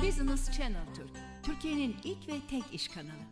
Business Channel Türk, Türkiye'nin ilk ve tek iş kanalı.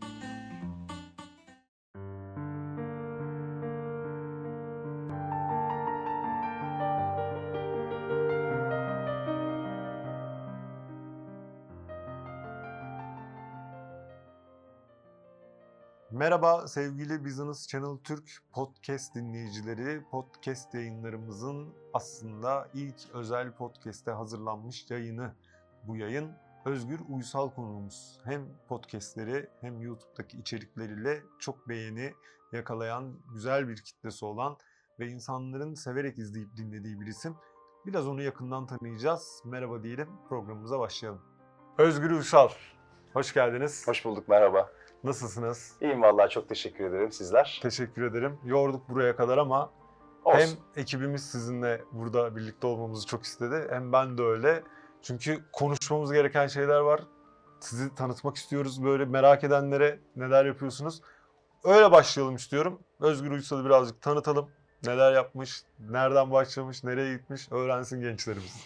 Merhaba sevgili Business Channel Türk podcast dinleyicileri. Podcast yayınlarımızın aslında ilk özel podcast'te hazırlanmış yayını bu yayın. Özgür Uysal konuğumuz. Hem podcast'leri hem YouTube'daki içerikleriyle çok beğeni yakalayan güzel bir kitlesi olan ve insanların severek izleyip dinlediği bir isim. Biraz onu yakından tanıyacağız. Merhaba diyelim, programımıza başlayalım. Özgür Uysal, hoş geldiniz. Hoş bulduk, merhaba. Nasılsınız? İyiyim vallahi, çok teşekkür ederim. Sizler? Teşekkür ederim. Yorduk buraya kadar ama Olsun. hem ekibimiz sizinle burada birlikte olmamızı çok istedi, hem ben de öyle. Çünkü konuşmamız gereken şeyler var. Sizi tanıtmak istiyoruz, böyle merak edenlere neler yapıyorsunuz. Öyle başlayalım istiyorum. Özgür Uysal'ı birazcık tanıtalım. Neler yapmış, nereden başlamış, nereye gitmiş öğrensin gençlerimiz.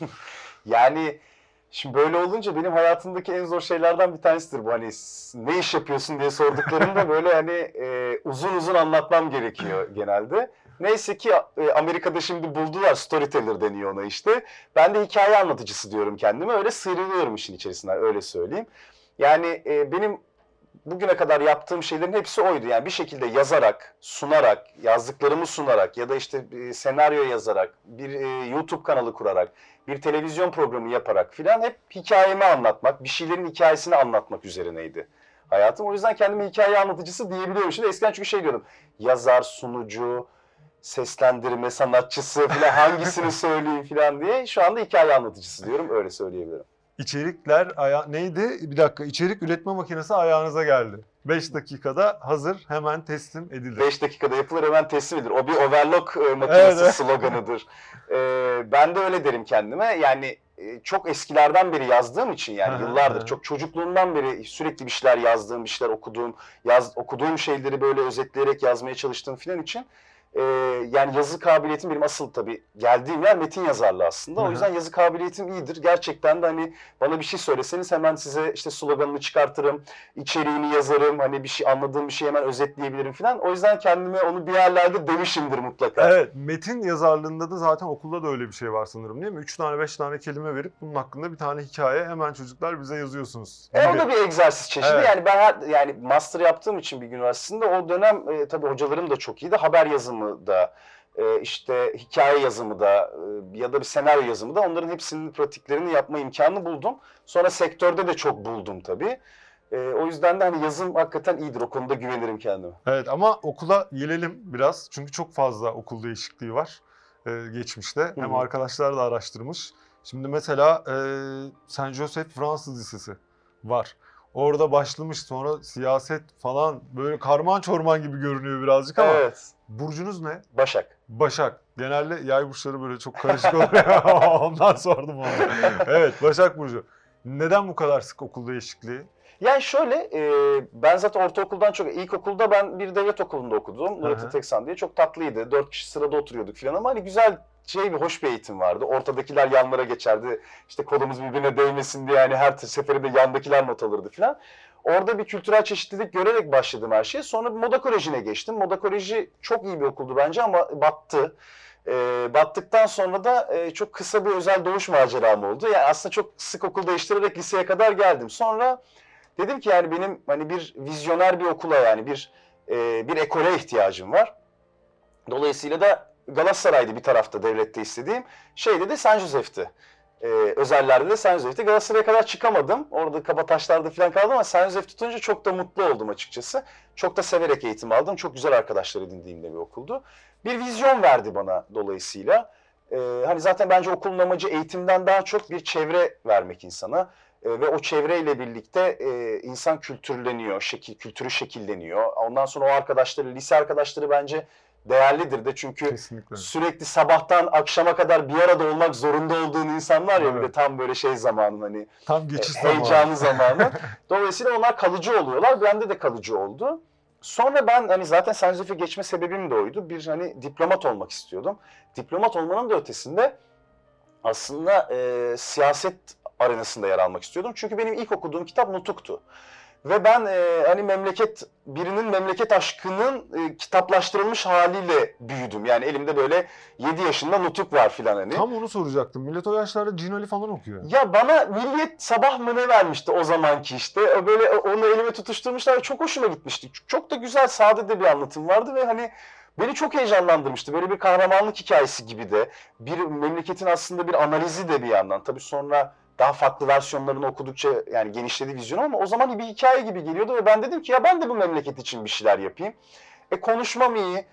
Yani şimdi böyle olunca benim hayatımdaki en zor şeylerden bir tanesidir bu. Hani ne iş yapıyorsun diye sorduklarında böyle hani uzun uzun anlatmam gerekiyor genelde. Neyse ki Amerika'da şimdi buldular, storyteller deniyor ona işte. Ben de hikaye anlatıcısı diyorum kendime. Öyle sıyrılıyorum işin içerisinden, öyle söyleyeyim. Yani benim bugüne kadar yaptığım şeylerin hepsi oydu. Yani bir şekilde yazarak, sunarak, yazdıklarımı sunarak ya da işte senaryo yazarak, bir YouTube kanalı kurarak, bir televizyon programı yaparak filan hep hikayemi anlatmak, bir şeylerin hikayesini anlatmak üzerineydi hayatım. O yüzden kendime hikaye anlatıcısı diyebiliyorum. Şimdi eskiden çünkü şey diyordum, yazar, sunucu, seslendirme sanatçısı filan hangisini söyleyeyim filan diye. Şu anda hikaye anlatıcısı diyorum, öyle söyleyebilirim. İçerikler neydi? Bir dakika, içerik üretme makinesi ayağınıza geldi. 5 dakikada hazır, hemen teslim edilir. 5 dakikada yapılır, hemen teslim edilir. O bir overlock makinesi, evet, sloganıdır. Ben de öyle derim kendime. Yani çok eskilerden beri yazdığım için, yani yıllardır, çok çocukluğumdan beri sürekli bir şeyler yazdığım, bir şeyler okuduğum şeyleri böyle özetleyerek yazmaya çalıştığım filan için yani yazı kabiliyetim benim asıl tabii geldiğim yer metin yazarlığı aslında. O yüzden yazı kabiliyetim iyidir. Gerçekten de hani bana bir şey söyleseniz hemen size işte sloganını çıkartırım, içeriğini yazarım, hani bir şey anladığım bir şeyi hemen özetleyebilirim falan. O yüzden kendime onu bir yerlerde demişimdir mutlaka. Evet, metin yazarlığında da zaten okulda da öyle bir şey var sanırım, değil mi? 3 tane 5 tane kelime verip bunun hakkında bir tane hikaye hemen çocuklar bize yazıyorsunuz. O da bir egzersiz çeşidi. Evet. Yani ben master yaptığım için bir üniversitesinde o dönem tabii hocalarım da çok iyiydi. Haber yazımı da, işte hikaye yazımı da ya da bir senaryo yazımı da, onların hepsinin pratiklerini yapma imkanı buldum. Sonra sektörde de çok buldum tabii. O yüzden de hani yazım hakikaten iyidir. O konuda güvenirim kendime. Evet, ama okula gelelim biraz. Çünkü çok fazla okul değişikliği var geçmişte. Hem arkadaşlar da araştırmış. Şimdi mesela Saint Joseph Fransız Lisesi var. Orada başlamış, sonra siyaset falan, böyle karman çorman gibi görünüyor birazcık ama. Evet. Burcunuz ne? Başak. Başak. Genelde yay burçları böyle çok karışık oluyor. Ondan sordum onu. Evet, Başak Burcu. Neden bu kadar sık okul değişikliği? Yani şöyle, ben zaten ortaokuldan çok, ilkokulda ben bir devlet okulunda okudum. Murat Teksan diye, çok tatlıydı. 4 kişi sırada oturuyorduk falan ama hani güzel hoş bir eğitim vardı. Ortadakiler yanlara geçerdi. İşte kolumuz birbirine değmesin diye yani her seferinde yandakiler not alırdı falan. Orada bir kültürel çeşitlilik görerek başladım her şeye. Sonra Moda Koleji'ne geçtim. Moda Koleji çok iyi bir okuldu bence ama battı. Battıktan sonra da çok kısa bir özel doğuş maceram oldu. Yani aslında çok sık okul değiştirerek liseye kadar geldim. Sonra dedim ki yani benim hani bir vizyoner bir okula, yani bir ekole ihtiyacım var. Dolayısıyla da Galatasaray'dı bir tarafta devlette istediğim. Şeyde de Saint Joseph'ti. Özellerde de Saint Joseph'ti. Galatasaray'a kadar çıkamadım. Orada Kabataşlar'da falan kaldım ama Saint Joseph tutunca çok da mutlu oldum açıkçası. Çok da severek eğitim aldım. Çok güzel arkadaşlar edindiğim de bir okuldu. Bir vizyon verdi bana dolayısıyla. Hani zaten bence okulun amacı eğitimden daha çok bir çevre vermek insana. Ve o çevreyle birlikte insan kültürleniyor, kültürü şekilleniyor. Ondan sonra o arkadaşları, lise arkadaşları bence değerlidir de, çünkü kesinlikle sürekli sabahtan akşama kadar bir arada olmak zorunda olduğun insanlar ya, evet, bir de tam böyle zamanın hani tam geçiş heyecanlı zamanı. Dolayısıyla onlar kalıcı oluyorlar. Bende de kalıcı oldu. Sonra ben hani zaten Saint Joseph'e geçme sebebim de oydu. Bir hani diplomat olmak istiyordum. Diplomat olmanın da ötesinde aslında siyaset arenasında yer almak istiyordum. Çünkü benim ilk okuduğum kitap Nutuk'tu. Ve ben hani birinin memleket aşkının kitaplaştırılmış haliyle büyüdüm. Yani elimde böyle 7 yaşında Nutuk var filan hani. Tam onu soracaktım. Millet o yaşlarda Cinali falan okuyor. Ya bana Milliyet Sabah mı ne vermişti o zamanki işte. Böyle onu elime tutuşturmuşlar. Çok hoşuma gitmişti. Çok da güzel, sade de bir anlatım vardı ve hani beni çok heyecanlandırmıştı. Böyle bir kahramanlık hikayesi gibi de. Bir memleketin aslında bir analizi de bir yandan. Tabii sonra daha farklı versiyonlarını okudukça yani genişledi vizyonu ama o zaman bir hikaye gibi geliyordu ve ben dedim ki ya ben de bu memleket için bir şeyler yapayım. Konuşmam iyi,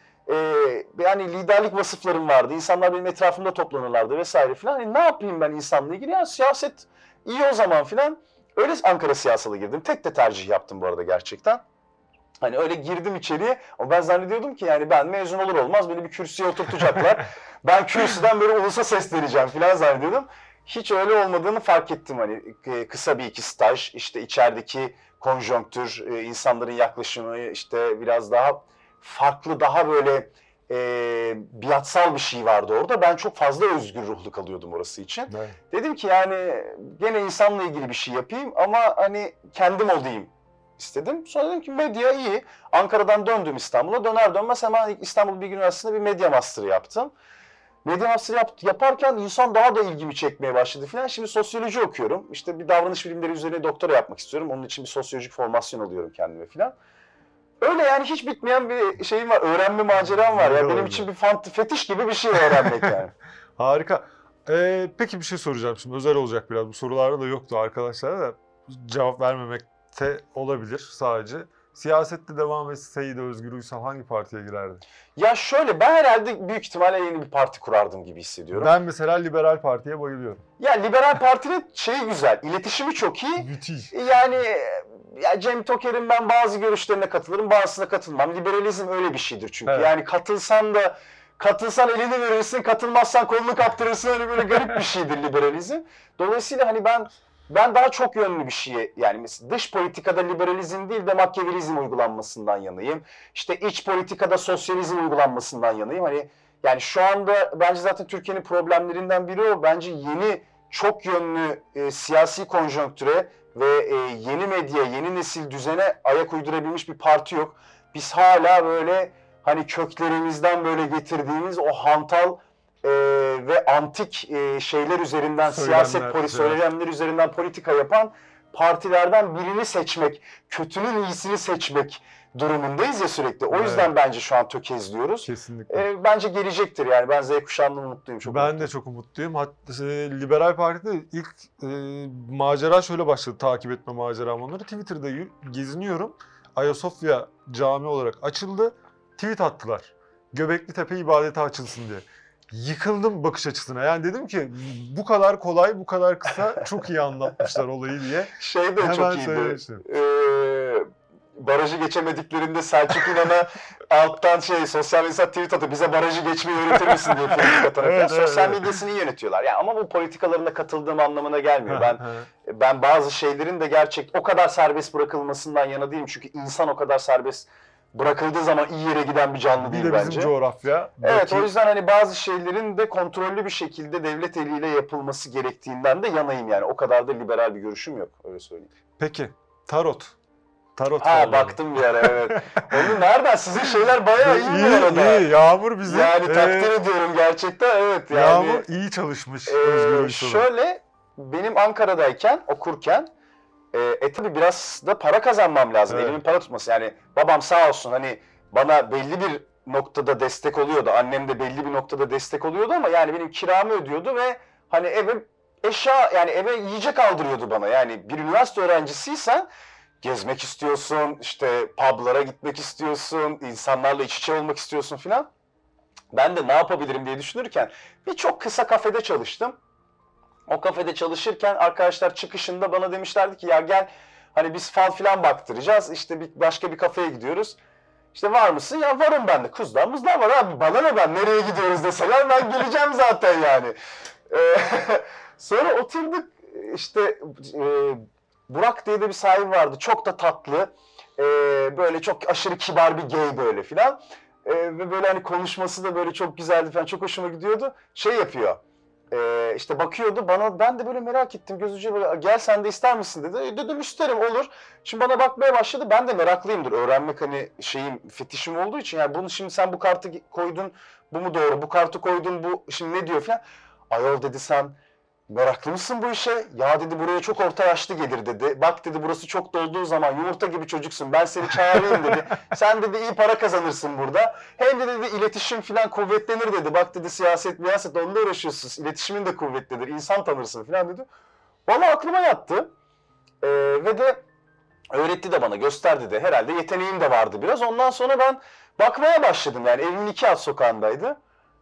yani liderlik vasıflarım vardı, insanlar benim etrafımda toplanırlardı vesaire filan. Hani ne yapayım ben insanla ilgili? Ya siyaset iyi o zaman filan. Öyle Ankara siyasala girdim. Tek de tercih yaptım bu arada gerçekten. Hani öyle girdim içeriye ama ben zannediyordum ki yani ben mezun olur olmaz beni bir kürsüye oturtacaklar. Ben kürsüden böyle ulusa sesleneceğim filan zannediyordum. Hiç öyle olmadığını fark ettim hani kısa bir iki staj, işte içerideki konjonktür, insanların yaklaşımı işte biraz daha farklı, daha böyle biatsal bir şey vardı orada. Ben çok fazla özgür ruhlu kalıyordum orası için. Evet. Dedim ki yani gene insanla ilgili bir şey yapayım ama hani kendim olayım istedim. Sonra dedim ki medya iyi. Ankara'dan döndüm İstanbul'a. Döner dönmez hemen İstanbul Bilgi Üniversitesi'nde bir medya master yaptım. Medya master yaparken insan daha da ilgimi çekmeye başladı filan. Şimdi sosyoloji okuyorum. İşte bir davranış bilimleri üzerine doktora yapmak istiyorum. Onun için bir sosyolojik formasyon alıyorum kendime filan. Öyle yani hiç bitmeyen bir şeyim var. Öğrenme maceram var. Ya benim için bir fetiş gibi bir şey öğrenmek yani. Harika. Peki bir şey soracağım şimdi. Özel olacak biraz. Bu sorularda da yoktu arkadaşlar da. Cevap vermemekte olabilir sadece. Siyasette devam etseydi Özgür Uysal hangi partiye girerdi? Ya şöyle, ben herhalde büyük ihtimalle yeni bir parti kurardım gibi hissediyorum. Ben mesela Liberal Parti'ye bayılıyorum. Ya Liberal Parti'nin şeyi güzel, iletişimi çok iyi. Müthiş. Yani ya Cem Toker'in ben bazı görüşlerine katılırım, bazısına katılmam. Liberalizm öyle bir şeydir çünkü. Evet. Yani katılsan elini verirsin, katılmazsan kolunu kaptırırsın. Öyle böyle garip bir şeydir liberalizm. Dolayısıyla hani ben daha çok yönlü bir şeye, yani mesela dış politikada liberalizm değil de Machiavellizm uygulanmasından yanayım. İşte iç politikada sosyalizm uygulanmasından yanayım. Hani yani şu anda bence zaten Türkiye'nin problemlerinden biri o. Bence yeni çok yönlü siyasi konjonktüre ve yeni medya, yeni nesil düzene ayak uydurabilmiş bir parti yok. Biz hala böyle hani köklerimizden böyle getirdiğimiz o hantal ve antik şeyler üzerinden, söylemler üzerinden politika yapan partilerden birini seçmek, kötünün iyisini seçmek durumundayız ya sürekli. O yüzden bence şu an tökezliyoruz. Kesinlikle. Bence gelecektir yani. Ben Z kuşağından umutluyum. Çok ben de çok umutluyum. Hatta Liberal Parti'de ilk macera şöyle başladı, takip etme maceram onları. Twitter'da geziniyorum. Ayasofya cami olarak açıldı. Tweet attılar. Göbekli Tepe ibadete açılsın diye. Yıkıldım bakış açısına. Yani dedim ki bu kadar kolay, bu kadar kısa çok iyi anlatmışlar olayı diye. Şey de çok iyiydi. Barajı geçemediklerinde Selçuk İnan'a alttan sosyal medya tweet atıyor. Bize barajı geçmeyi öğretir misin diye politika sosyal medyasını iyi yönetiyorlar. Yani ama bu politikalarına katıldığım anlamına gelmiyor. Ben bazı şeylerin de gerçek o kadar serbest bırakılmasından yana değilim. Çünkü insan o kadar serbest bırakıldığı zaman iyi yere giden bir canlı değil bence. Bir de bizim coğrafya. Evet, o yüzden hani bazı şeylerin de kontrollü bir şekilde devlet eliyle yapılması gerektiğinden de yanayım yani. O kadar da liberal bir görüşüm yok, öyle söyleyeyim. Peki, tarot. Baktım bir ara, evet. Onu nereden? Sizin şeyler bayağı iyi bu arada. İyi, Yağmur bizim. Yani takdir ediyorum gerçekten, evet. Yani, Yağmur iyi çalışmış. Şöyle, benim Ankara'dayken, okurken, tabii biraz da para kazanmam lazım. Evet. Elimin para tutması. Yani babam sağ olsun hani bana belli bir noktada destek oluyordu. Annem de belli bir noktada destek oluyordu ama yani benim kiramı ödüyordu ve hani eve eve yiyecek aldırıyordu bana. Yani bir üniversite öğrencisiysen gezmek istiyorsun, işte publara gitmek istiyorsun, insanlarla iç içe olmak istiyorsun filan. Ben de ne yapabilirim diye düşünürken birçok kısa kafede çalıştım. O kafede çalışırken arkadaşlar çıkışında bana demişlerdi ki ya gel hani biz fal filan baktıracağız. İşte başka bir kafeye gidiyoruz. İşte var mısın? Ya varım ben de. Kuzlar var abi. Bana ne, ben nereye gidiyoruz deseler ben geleceğim zaten yani. Sonra oturduk işte Burak diye de bir sahibi vardı. Çok da tatlı. Böyle çok aşırı kibar bir gay böyle filan. Ve böyle hani konuşması da böyle çok güzeldi falan. Çok hoşuma gidiyordu. Şey yapıyor. İşte bakıyordu bana, ben de böyle merak ettim, göz ucu böyle, gel sen de ister misin dedi. Dedim isterim, olur. Şimdi bana bakmaya başladı, ben de meraklıyımdır, öğrenmek hani şeyim, fetişim olduğu için. Yani bunu şimdi sen bu kartı koydun, bu mu doğru, bu kartı koydun, bu şimdi ne diyor falan. Ayol dedi, sen meraklı mısın bu işe? Ya dedi, buraya çok orta yaşlı gelir dedi. Bak dedi, burası çok dolduğu zaman yumurta gibi çocuksun, ben seni çağırayım dedi. Sen dedi iyi para kazanırsın burada. Hem de dedi iletişim falan kuvvetlenir dedi. Bak dedi, siyaset onunla uğraşıyorsunuz. İletişimin de kuvvetlidir, insan tanırsın falan dedi. Vallahi aklıma yattı. Ve de öğretti de bana, gösterdi de. Herhalde yeteneğim de vardı biraz. Ondan sonra ben bakmaya başladım. Yani evimin 2 alt sokağındaydı.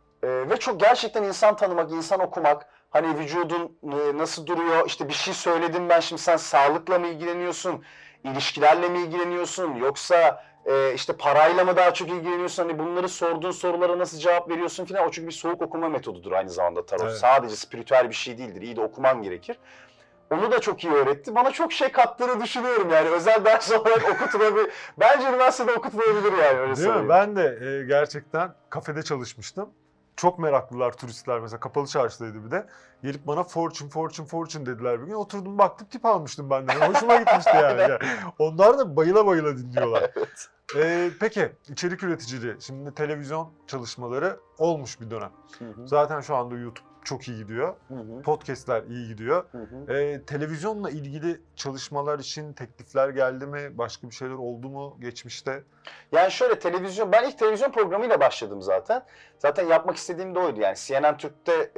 Ve çok gerçekten insan tanımak, insan okumak, hani vücudun nasıl duruyor, işte bir şey söyledim ben, şimdi sen sağlıkla mı ilgileniyorsun, ilişkilerle mi ilgileniyorsun, yoksa işte parayla mı daha çok ilgileniyorsun, hani bunları sorduğun sorulara nasıl cevap veriyorsun falan. O çünkü bir soğuk okuma metodudur aynı zamanda tarot. Evet. Sadece spiritüel bir şey değildir, iyi de okuman gerekir. Onu da çok iyi öğretti. Bana çok şey kattığını düşünüyorum yani. Özel ders olarak okutulabilir. Bence üniversitede okutulabilir yani, öyle söyleyeyim. Değil mi? Ben de gerçekten kafede çalışmıştım. Çok meraklılar turistler, mesela kapalı çarşıdaydı bir de. Gelip bana fortune dediler bir gün. Oturdum baktım, tip almıştım ben de. Hoşuma gitmişti yani. Onlar da bayıla bayıla dinliyorlar. Evet. Peki içerik üreticiliği. Şimdi televizyon çalışmaları olmuş bir dönem. Zaten şu anda YouTube çok iyi gidiyor. Podcast'ler iyi gidiyor. Televizyonla ilgili çalışmalar için teklifler geldi mi? Başka bir şeyler oldu mu geçmişte? Yani şöyle, televizyon, ben ilk televizyon programıyla başladım zaten. Zaten yapmak istediğim de oydu. Yani CNN Türk'te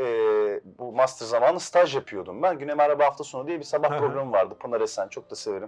bu master zamanı staj yapıyordum ben. Güne Merhaba Hafta Sonu diye bir sabah programı vardı. Pınar Esen, çok da severim.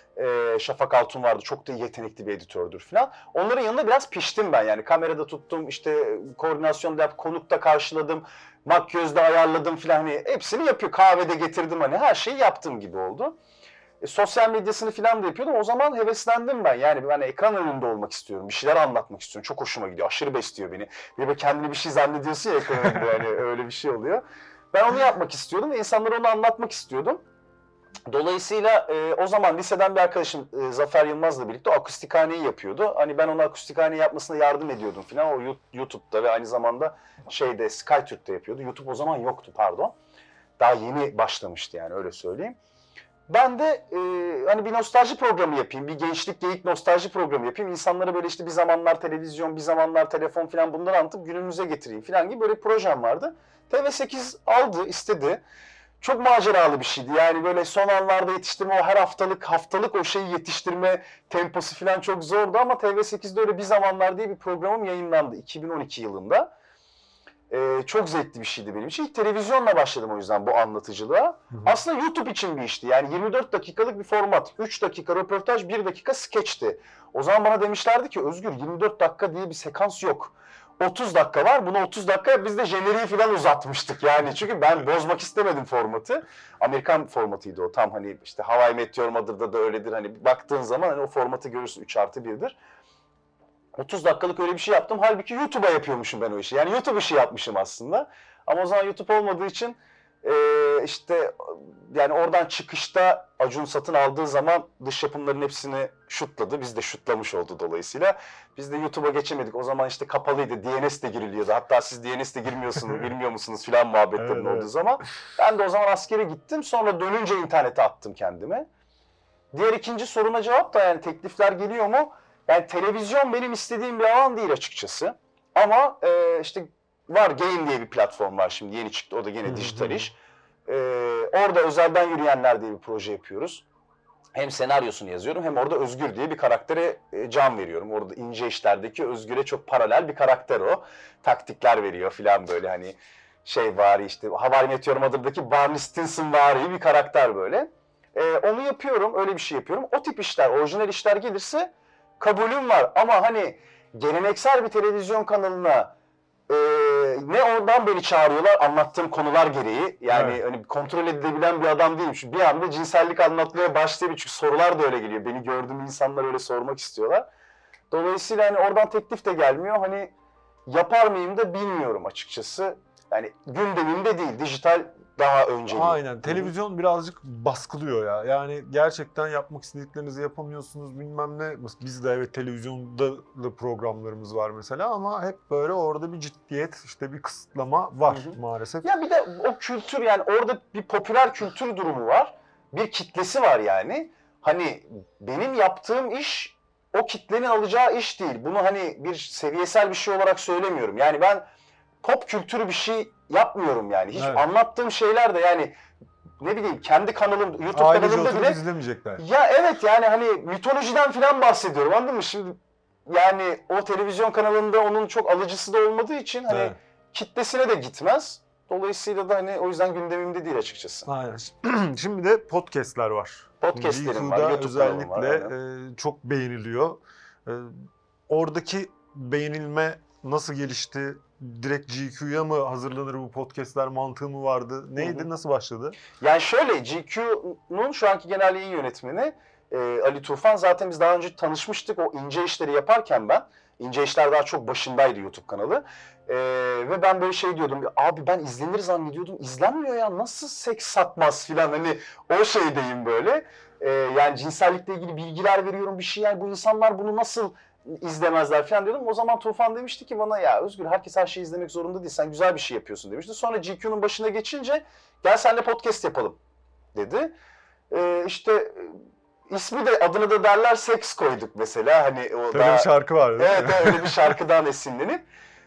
Şafak Altun vardı, çok da yetenekli bir editördür falan. Onların yanında biraz piştim ben, yani kamerada tuttum, işte koordinasyonda yap, konukta karşıladım, makyözde ayarladım falan, hani hepsini yapıyor, kahvede getirdim, hani her şeyi yaptığım gibi oldu. Sosyal medyasını falan da yapıyordum. O zaman heveslendim ben. Yani ben ekran önünde olmak istiyorum. Bir şeyler anlatmak istiyorum. Çok hoşuma gidiyor. Aşırı besliyor beni. Bir de kendini bir şey zannediyorsun ya ekran önünde. Yani öyle bir şey oluyor. Ben onu yapmak istiyordum ve insanlara onu anlatmak istiyordum. Dolayısıyla o zaman liseden bir arkadaşım Zafer Yılmaz'la birlikte o akustikhaneyi yapıyordu. Hani ben ona akustikhane yapmasına yardım ediyordum falan. O YouTube'da ve aynı zamanda SkyTürk'te yapıyordu. YouTube o zaman yoktu, pardon. Daha yeni başlamıştı yani, öyle söyleyeyim. Ben de hani bir nostalji programı yapayım, bir gençlik geyik nostalji programı yapayım. İnsanlara böyle işte bir zamanlar televizyon, bir zamanlar telefon falan, bunları anlatıp günümüze getireyim falan gibi böyle bir projem vardı. TV8 aldı, istedi. Çok maceralı bir şeydi. Yani böyle son anlarda yetiştirme, o her haftalık o şeyi yetiştirme temposu falan çok zordu ama TV8'de öyle bir zamanlar diye bir programım yayınlandı 2012 yılında. Çok zevkli bir şeydi benim için. İlk televizyonla başladım o yüzden bu anlatıcılığa. Aslında YouTube için bir işti. Yani 24 dakikalık bir format. 3 dakika röportaj, 1 dakika skeçti. O zaman bana demişlerdi ki, Özgür 24 dakika diye bir sekans yok. 30 dakika var. Bunu 30 dakika biz de jeneriği falan uzatmıştık yani. Çünkü ben bozmak istemedim formatı. Amerikan formatıydı o. Tam hani işte How I Met Your Mother'da da öyledir. Hani baktığın zaman hani o formatı görürsün, 3+1'dir. 30 dakikalık öyle bir şey yaptım. Halbuki YouTube'a yapıyormuşum ben o işi. Yani YouTube işi yapmışım aslında. Ama o zaman YouTube olmadığı için işte yani oradan çıkışta Acun satın aldığı zaman dış yapımların hepsini şutladı. Biz de şutlamış oldu dolayısıyla. Biz de YouTube'a geçemedik. O zaman işte kapalıydı. DNS de giriliyordu. Hatta siz DNS de girmiyorsunuz, bilmiyor musunuz filan muhabbetlerin olduğu zaman. Ben de o zaman askere gittim. Sonra dönünce internete attım kendime. Diğer ikinci soruna cevap da, yani teklifler geliyor mu? Yani televizyon benim istediğim bir alan değil açıkçası. Ama işte var, Game diye bir platform var şimdi, yeni çıktı. O da gene dijital iş. Orada Özelden Yürüyenler diye bir proje yapıyoruz. Hem senaryosunu yazıyorum, hem orada Özgür diye bir karaktere can veriyorum. Orada ince işlerdeki Özgür'e çok paralel bir karakter o. Taktikler veriyor falan, böyle hani vari, işte How I Met Your Mother'daki Barney Stinson vari bir karakter böyle. Onu yapıyorum, öyle bir şey yapıyorum. O tip işler, orijinal işler gelirse kabulüm var. Ama hani geleneksel bir televizyon kanalına ne oradan beni çağırıyorlar anlattığım konular gereği. Yani hani kontrol edilebilen bir adam değilim. Çünkü bir anda cinsellik anlatmaya başlayabilir. Çünkü sorular da öyle geliyor. Beni gördüğüm insanlar öyle sormak istiyorlar. Dolayısıyla hani oradan teklif de gelmiyor. Hani yapar mıyım da bilmiyorum açıkçası. Yani gündemimde değil. Dijital daha önceliği. Aynen. Televizyon birazcık baskılıyor ya. Yani gerçekten yapmak istediklerinizi yapamıyorsunuz bilmem ne. Biz de evet televizyonda da programlarımız var mesela ama hep böyle orada bir ciddiyet, işte bir kısıtlama var maalesef. Ya bir de o kültür, yani orada bir popüler kültür durumu var. Bir kitlesi var yani. Hani benim yaptığım iş o kitlenin alacağı iş değil. Bunu hani bir seviyesel bir şey olarak söylemiyorum. Yani ben pop kültürü bir şey yapmıyorum yani. Hiç anlattığım şeyler de yani ne bileyim kendi kanalım, YouTube kanalımda bile izlemeyecekler. Ya evet yani hani mitolojiden falan bahsediyorum, anladın mı? Şimdi yani o televizyon kanalında onun çok alıcısı da olmadığı için hani kitlesine de gitmez. Dolayısıyla da hani o yüzden gündemimde değil açıkçası. Aynen. Şimdi de podcast'ler var. Podcast'lerim var, YouTube özellikle var, çok beğeniliyor. Oradaki beğenilme nasıl gelişti? Direkt GQ'ya mı hazırlanır bu podcast'ler mantığı mı vardı? Neydi? Nasıl başladı? Yani şöyle, GQ'nun şu anki genel yayın yönetmeni Ali Tufan. Zaten biz daha önce tanışmıştık o ince işleri yaparken ben. İnce işler daha çok başındaydı YouTube kanalı. Ve ben böyle şey diyordum, abi ben izlenir zannediyordum, izlenmiyor ya, nasıl seks satmaz filan, hani o şeydeyim böyle. Yani cinsellikle ilgili bilgiler veriyorum, bir şey, yani bu insanlar bunu nasıl izlemezler falan diyordum. O zaman Tufan demişti ki bana, ya Özgür, herkes her şeyi izlemek zorunda değil, sen güzel bir şey yapıyorsun demişti. Sonra GQ'nun başına geçince gel seninle podcast yapalım dedi. İşte ismi de, adını da derler seks koyduk mesela, hani o öyle bir şarkı var değil mi? Evet, öyle bir şarkıdan esinlenip.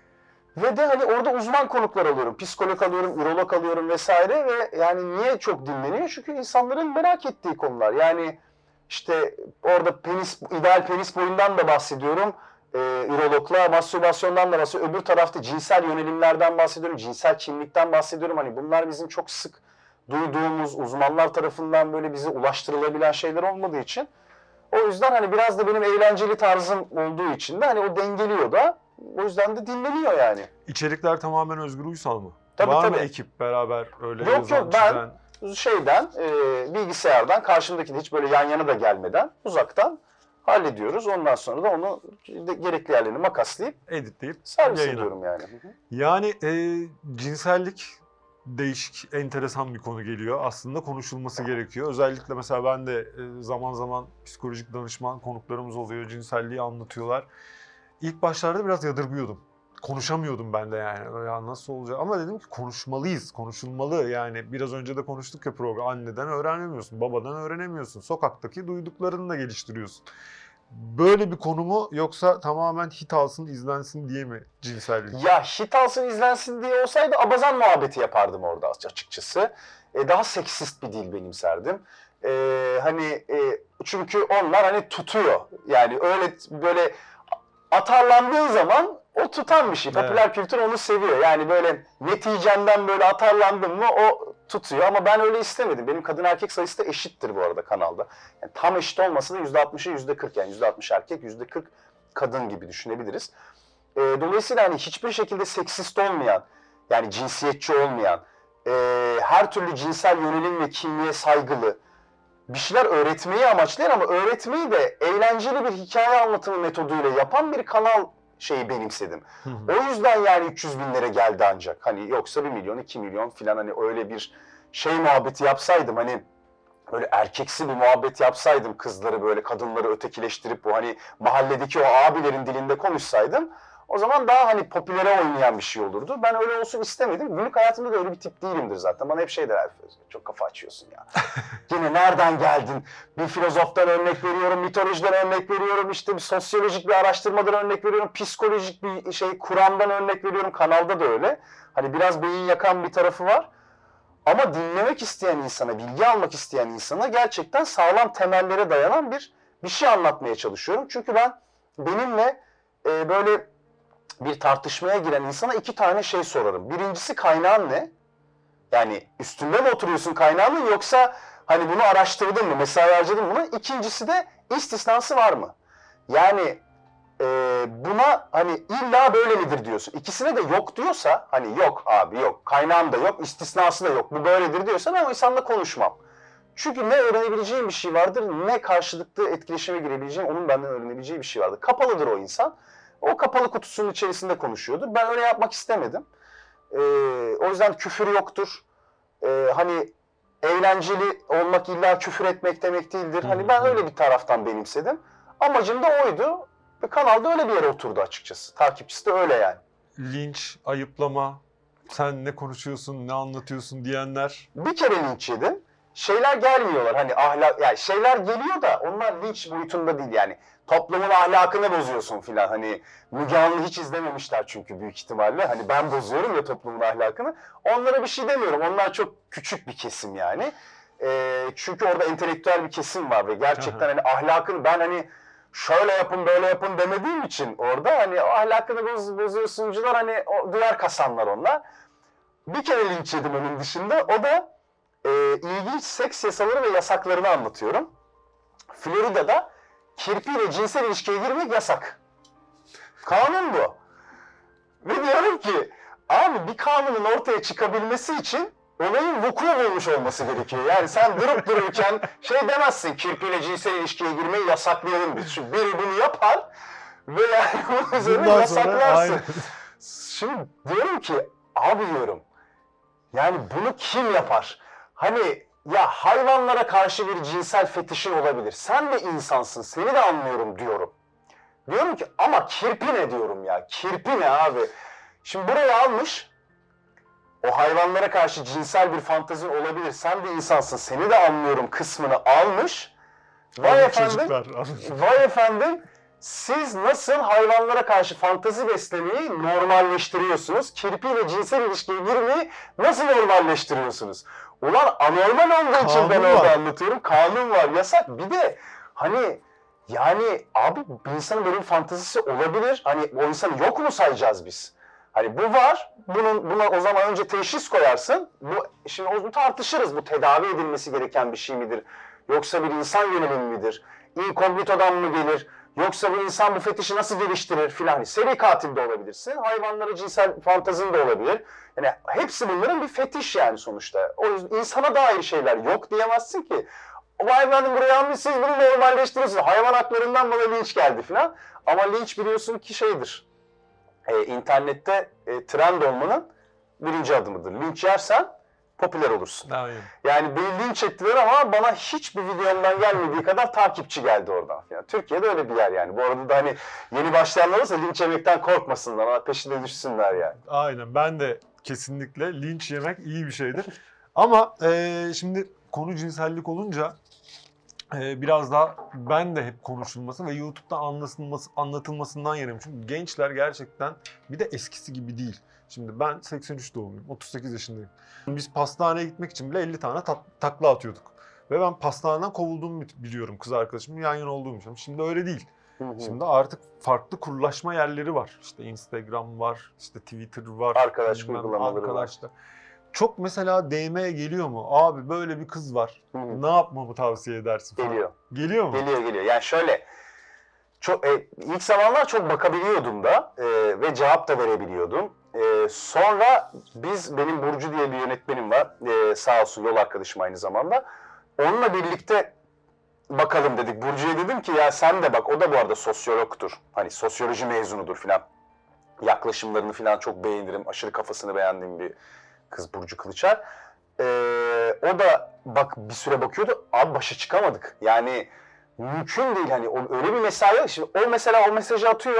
Ve de hani orada uzman konuklar alıyorum, psikolog alıyorum, ürolog alıyorum vesaire ve yani niye çok dinleniyor? Çünkü insanların merak ettiği konular. Yani işte orada ideal penis boyundan da bahsediyorum, ürologla, mastürbasyondan da bahsediyorum. Öbür tarafta cinsel yönelimlerden bahsediyorum, cinsel kimlikten bahsediyorum. Hani bunlar bizim çok sık duyduğumuz, uzmanlar tarafından böyle bize ulaştırılabilen şeyler olmadığı için. O yüzden hani biraz da benim eğlenceli tarzım olduğu için de hani o dengeliyor da. O yüzden de dinleniyor yani. İçerikler tamamen Özgür Uysal mı? Tabii, var tabii. mı ekip beraber öyle Yok yazan, ben şeyden, bilgisayardan, karşımdakini hiç böyle yan yana da gelmeden uzaktan hallediyoruz. Ondan sonra da onu gerekli yerlerini makaslayıp editleyip servis ediyorum yani. Yani cinsellik değişik, enteresan bir konu geliyor. Aslında konuşulması gerekiyor. Özellikle mesela ben de zaman zaman psikolojik danışman konuklarımız oluyor. Cinselliği anlatıyorlar. İlk başlarda biraz yadırgıyordum. Konuşamıyordum ben de yani. Ya nasıl olacak? Ama dedim ki konuşmalıyız, konuşulmalı. Yani biraz önce de konuştuk ya program. Anneden öğrenemiyorsun, babadan öğrenemiyorsun. Sokaktaki duyduklarını da geliştiriyorsun. Böyle bir konu mu yoksa tamamen hit alsın, izlensin diye mi cinsellik? Ya hit alsın, izlensin diye olsaydı abazan muhabbeti yapardım orada açıkçası. Daha seksist bir dil benimserdim. Çünkü onlar hani tutuyor. Yani öyle böyle atarlandığın zaman o tutan bir şey. Popüler kültür onu seviyor. Yani böyle neticenden böyle atarlandın mı o tutuyor. Ama ben öyle istemedim. Benim kadın erkek sayısı da eşittir bu arada kanalda. Yani tam eşit olmasa da %60'a %40, yani %60 erkek, %40 kadın gibi düşünebiliriz. Dolayısıyla hani hiçbir şekilde seksist olmayan, yani cinsiyetçi olmayan, her türlü cinsel yönelim ve kimliğe saygılı, bir şeyler öğretmeyi amaçlayan ama öğretmeyi de eğlenceli bir hikaye anlatımı metoduyla yapan bir kanal şeyi benimsedim. O yüzden yani 300 binlere geldi ancak. Hani yoksa 1 milyon, 2 milyon falan, hani öyle bir şey muhabbeti yapsaydım, hani böyle erkeksi bir muhabbet yapsaydım, kızları böyle, kadınları ötekileştirip bu hani mahalledeki o abilerin dilinde konuşsaydım, o zaman daha hani popülere oynayan bir şey olurdu. Ben öyle olsun istemedim. Günlük hayatımda da öyle bir tip değilimdir zaten. Bana hep şey der, çok kafa açıyorsun ya. Yine nereden geldin? Bir filozoftan örnek veriyorum, mitolojiden örnek veriyorum, işte bir sosyolojik bir araştırmadan örnek veriyorum, psikolojik bir şey, Kur'an'dan örnek veriyorum. Kanalda da öyle. Hani biraz beyin yakan bir tarafı var. Ama dinlemek isteyen insana, bilgi almak isteyen insana gerçekten sağlam temellere dayanan bir şey anlatmaya çalışıyorum. Çünkü ben benimle böyle bir tartışmaya giren insana 2 tane şey sorarım. Birincisi, kaynağın ne? Yani üstünde mi oturuyorsun kaynağının, yoksa hani bunu araştırdın mı, mesai harcadın mı buna? İkincisi de istisnası var mı? Yani buna hani illa böyle midir diyorsun. İkisine de yok diyorsa, hani yok abi yok, kaynağım da yok, istisnası da yok, bu böyledir diyorsan ben o insanla konuşmam. Çünkü ne öğrenebileceğim bir şey vardır, ne karşılıklı etkileşime girebileceğim, onun benden öğrenebileceği bir şey vardır. Kapalıdır o insan. O kapalı kutusunun içerisinde konuşuyordur. Ben öyle yapmak istemedim. O yüzden küfür yoktur. Hani eğlenceli olmak illa küfür etmek demek değildir. Hani ben öyle bir taraftan benimsedim. Amacım da oydu. Ve kanalda öyle bir yere oturdu açıkçası. Takipçisi de öyle yani. Linç, ayıplama, sen ne konuşuyorsun, ne anlatıyorsun diyenler. Bir kere linç yedim. Şeyler gelmiyorlar hani ahlak, yani şeyler geliyor da onlar linç boyutunda değil yani. Toplumun ahlakını bozuyorsun filan hani Müge Anlı hiç izlememişler çünkü büyük ihtimalle. Hani ben bozuyorum ya toplumun ahlakını. Onlara bir şey demiyorum. Onlar çok küçük bir kesim yani. Çünkü orada entelektüel bir kesim var ve gerçekten hani ahlakını ben hani şöyle yapın böyle yapın demediğim için orada hani ahlakını bozuyorsuncular hani duyar kasanlar onlar. Bir kere linç yedim onun dışında. O da ilginç seks yasaları ve yasaklarını anlatıyorum. Florida'da kirpiyle cinsel ilişkiye girmek yasak. Kanun bu. Ve diyorum ki abi bir kanunun ortaya çıkabilmesi için olayın vuku bulmuş olması gerekiyor. Yani sen durup dururken şey demezsin kirpiyle cinsel ilişkiye girmeyi yasaklayalım biz. Çünkü biri bunu yapar ve yani bunun üzerine yasaklarsın. Şimdi diyorum ki abi diyorum yani bunu kim yapar? Hani ya hayvanlara karşı bir cinsel fetişin olabilir. Sen de insansın, seni de anlıyorum diyorum. Diyorum ki ama kirpi ne diyorum ya? Kirpi ne abi? Şimdi buraya almış, o hayvanlara karşı cinsel bir fantezin olabilir. Sen de insansın, seni de anlıyorum kısmını almış. Vay efendim, vay efendim. Siz nasıl hayvanlara karşı fantezi beslemeyi normalleştiriyorsunuz? Kirpiyle cinsel ilişkiye girmeyi nasıl normalleştiriyorsunuz? Ulan anormal olduğu için ben orada anlatıyorum. Kanun var, yasak. Bir de hani yani abi bir insanın böyle bir fantezisi olabilir. Hani o insanı yok mu sayacağız biz? Hani bu var. Buna o zaman önce teşhis koyarsın. Şimdi onu tartışırız. Bu tedavi edilmesi gereken bir şey midir? Yoksa bir insan yönelimi midir? İnkognitodan mı gelir? Yoksa bu insan bu fetişi nasıl geliştirir filan. Seri katil de olabilirsin. Hayvanlara cinsel fantezin de olabilir. Yani hepsi bunların bir fetiş yani sonuçta. O yüzden insana dair şeyler yok diyemezsin ki. Vay efendim buraya almış siz bunu normalleştiriyorsunuz. Hayvan haklarından bana linç geldi filan. Ama linç biliyorsun ki şeydir. İnternette trend olmanın birinci adımıdır. Linç yersen popüler olursun. Aynen. Yani beni linç ettiler ama bana hiçbir videomdan gelmediği kadar takipçi geldi oradan. Yani Türkiye'de öyle bir yer yani. Bu arada da hani yeni başlayanlar olsa linç yemekten korkmasınlar ama peşine düşsünler yani. Aynen, ben de kesinlikle linç yemek iyi bir şeydir. Ama şimdi konu cinsellik olunca biraz daha ben de hep konuşulması ve YouTube'da anlatılmasından yanayım. Çünkü gençler gerçekten bir de eskisi gibi değil. Şimdi ben 83 doğumluyum, 38 yaşındayım. Biz pastaneye gitmek için bile 50 tane takla atıyorduk. Ve ben pastaneden kovulduğumu biliyorum kız arkadaşımın yan yana olduğum için. Şimdi öyle değil. Şimdi artık farklı kurlaşma yerleri var. İşte Instagram var, işte Twitter var. Arkadaş uygulamaları var. Çok mesela DM'ye geliyor mu? Abi böyle bir kız var. Ne yapmamı tavsiye edersin falan. Geliyor. Geliyor mu? Geliyor. Yani şöyle, çok ilk zamanlar çok bakabiliyordum da ve cevap da verebiliyordum. Sonra benim Burcu diye bir yönetmenim var. Sağ olsun yol arkadaşım aynı zamanda. Onunla birlikte bakalım dedik. Burcu'ya dedim ki ya sen de bak, o da bu arada sosyologtur. Hani sosyoloji mezunudur filan. Yaklaşımlarını filan çok beğenirim. Aşırı kafasını beğendiğim bir kız Burcu Kılıçar. O da bak bir süre bakıyordu. Abi başa çıkamadık. Yani mümkün değil hani öyle bir mesai yok. Şimdi o mesela o mesajı atıyor.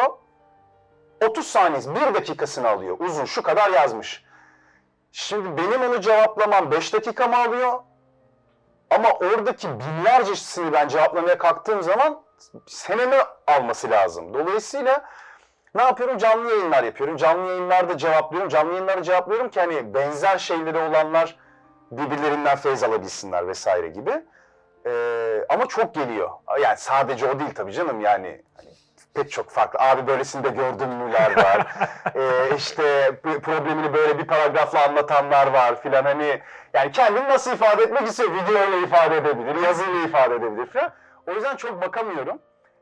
30 saniyesi, 1 dakikasını alıyor. Uzun şu kadar yazmış. Şimdi benim onu cevaplamam 5 dakikamı alıyor. Ama oradaki binlercesini ben cevaplamaya kalktığım zaman senemi alması lazım. Dolayısıyla ne yapıyorum? Canlı yayınlar yapıyorum. Canlı yayınlarda cevaplıyorum. Canlı yayınlarda cevaplıyorum ki hani benzer şeyleri olanlar birbirlerinden feyz alabilsinler vesaire gibi. Ama çok geliyor. Yani sadece o değil tabii canım yani. Hani pek çok farklı. Abi böylesini de gördün müler var. İşte problemini böyle bir paragrafla anlatanlar var filan hani. Yani kendini nasıl ifade etmek istiyor? Videoyla ifade edebilir, yazıyla ifade edebilir filan. O yüzden çok bakamıyorum.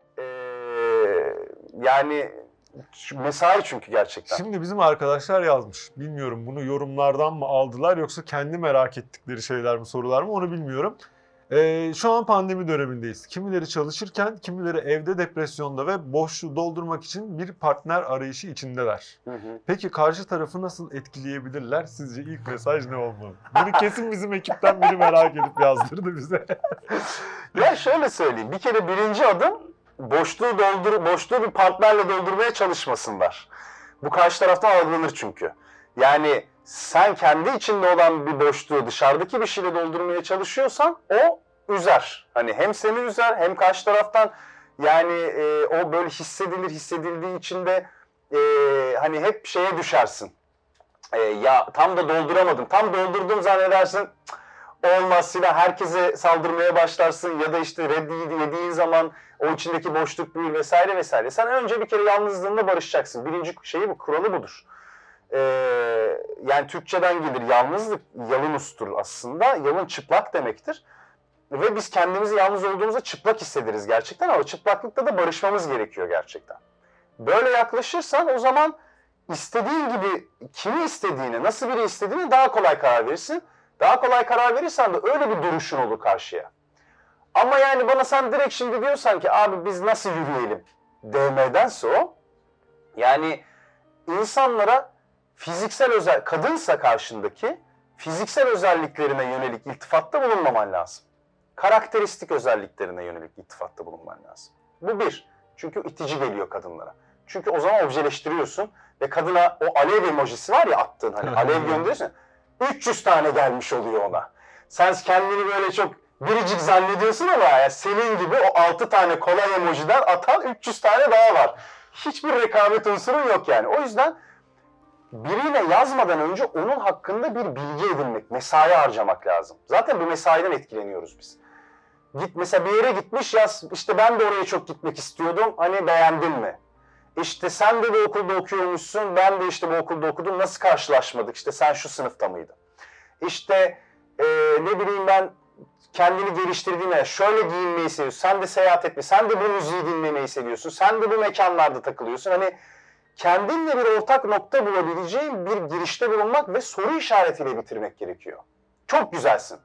Yani mesai çünkü gerçekten. Şimdi bizim arkadaşlar yazmış. Bilmiyorum bunu yorumlardan mı aldılar yoksa kendi merak ettikleri şeyler mi, sorular mı onu bilmiyorum. Şu an pandemi dönemindeyiz. Kimileri çalışırken, kimileri evde depresyonda ve boşluğu doldurmak için bir partner arayışı içindeler. Peki karşı tarafı nasıl etkileyebilirler? Sizce ilk mesaj ne olmalı? Bunu kesin bizim ekipten biri merak edip yazdırdı bize. Ya şöyle söyleyeyim. Bir kere birinci adım boşluğu bir partnerle doldurmaya çalışmasınlar. Bu karşı taraftan algılanır çünkü. Yani sen kendi içinde olan bir boşluğu dışarıdaki bir şeyle doldurmaya çalışıyorsan o üzer. Hani hem seni üzer hem karşı taraftan yani o böyle hissedildiği için de hani hep şeye düşersin. Ya tam da dolduramadım. Tam doldurdum zannedersin. Olmaz silah herkese saldırmaya başlarsın ya da işte reddi yediğin zaman o içindeki boşluk büyür vesaire vesaire. Sen önce bir kere yalnızlığınla barışacaksın. Birinci şeyi bu, kuralı budur. Yani Türkçeden gelir yalnızlık, yalınustur aslında. Yalın çıplak demektir. Ve biz kendimizi yalnız olduğumuzda çıplak hissederiz gerçekten ama çıplaklıkta da barışmamız gerekiyor gerçekten. Böyle yaklaşırsan o zaman istediğin gibi kimi istediğine, nasıl biri istediğine daha kolay karar verirsin. Daha kolay karar verirsen de öyle bir duruşun olur karşıya. Ama yani bana sen direkt şimdi diyorsan ki abi biz nasıl yürüyelim DM'dense o. Yani insanlara fiziksel kadınsa karşındaki fiziksel özelliklerine yönelik iltifatta bulunmaman lazım. Karakteristik özelliklerine yönelik iltifatta bulunman lazım. Bu bir. Çünkü itici geliyor kadınlara. Çünkü o zaman objeleştiriyorsun ve kadına o alev emojisi var ya attığın hani alev gönderiyorsun. 300 tane gelmiş oluyor ona. Sen kendini böyle çok biricik zannediyorsun ama yani senin gibi o 6 tane kolay emojiden atan 300 tane daha var. Hiçbir rekabet unsuru yok yani. O yüzden birine yazmadan önce onun hakkında bir bilgi edinmek, mesai harcamak lazım. Zaten bu mesaiden etkileniyoruz biz. Mesela bir yere gitmiş yaz, işte ben de oraya çok gitmek istiyordum, hani beğendin mi? İşte sen de bu okulda okuyormuşsun, ben de işte bu okulda okudum, nasıl karşılaşmadık, işte sen şu sınıfta mıydın? İşte ne bileyim ben kendini geliştirdiğine, şöyle giyinmeyi seviyorsun, sen de seyahat etmeyi, sen de bu müziği dinlemeyi seviyorsun, sen de bu mekanlarda takılıyorsun. Hani kendinle bir ortak nokta bulabileceğin bir girişte bulunmak ve soru işaretiyle bitirmek gerekiyor. Çok güzelsin.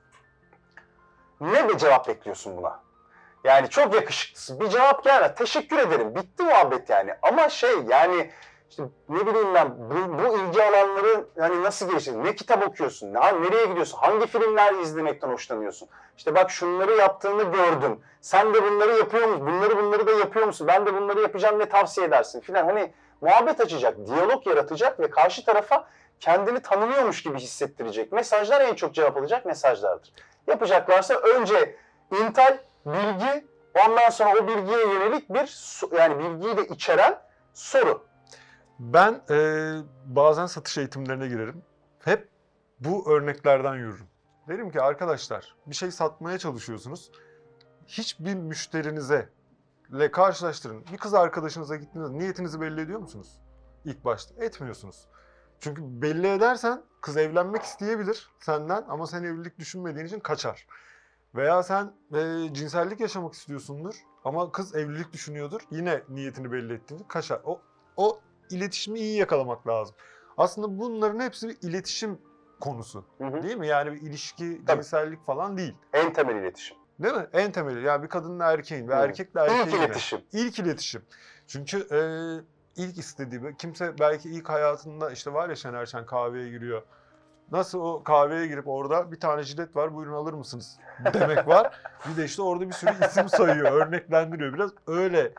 Ne bir cevap bekliyorsun buna? Yani çok yakışıklısın. Bir cevap gelmez. Teşekkür ederim. Bitti muhabbet yani. Ama yani işte ne bileyim ben bu ilgi alanları yani nasıl geliştirdin? Ne kitap okuyorsun? Nereye gidiyorsun? Hangi filmler izlemekten hoşlanıyorsun? İşte bak şunları yaptığını gördüm. Sen de bunları yapıyor musun? Bunları da yapıyor musun? Ben de bunları yapacağım, ne tavsiye edersin filan. Hani muhabbet açacak, diyalog yaratacak ve karşı tarafa kendini tanımıyormuş gibi hissettirecek mesajlar en çok cevap alacak mesajlardır. Yapacaklarsa önce intel, bilgi, ondan sonra o bilgiye yönelik yani bilgiyi de içeren soru. Ben bazen satış eğitimlerine girerim. Hep bu örneklerden yürürüm. Derim ki arkadaşlar bir şey satmaya çalışıyorsunuz. Hiçbir müşterinize karşılaştırın. Bir kız arkadaşınıza gittiğinizde niyetinizi belli ediyor musunuz? İlk başta etmiyorsunuz. Çünkü belli edersen kız evlenmek isteyebilir senden ama sen evlilik düşünmediğin için kaçar. Veya sen cinsellik yaşamak istiyorsundur ama kız evlilik düşünüyordur. Yine niyetini belli ettiğinde kaçar. O iletişimi iyi yakalamak lazım. Aslında bunların hepsi bir iletişim konusu. Değil mi? Yani bir ilişki, cinsellik falan değil. En temel iletişim. Değil mi? En temeli. Yani bir kadınla erkeğin ve erkekle erkeğin. İlk iletişim. İlk iletişim. Çünkü ilk istediği, kimse belki ilk hayatında işte var ya Şener Şen kahveye giriyor. Nasıl o kahveye girip orada bir tane jilet var buyurun alır mısınız demek var. Bir de işte orada bir sürü isim sayıyor, örneklendiriyor. Biraz öyle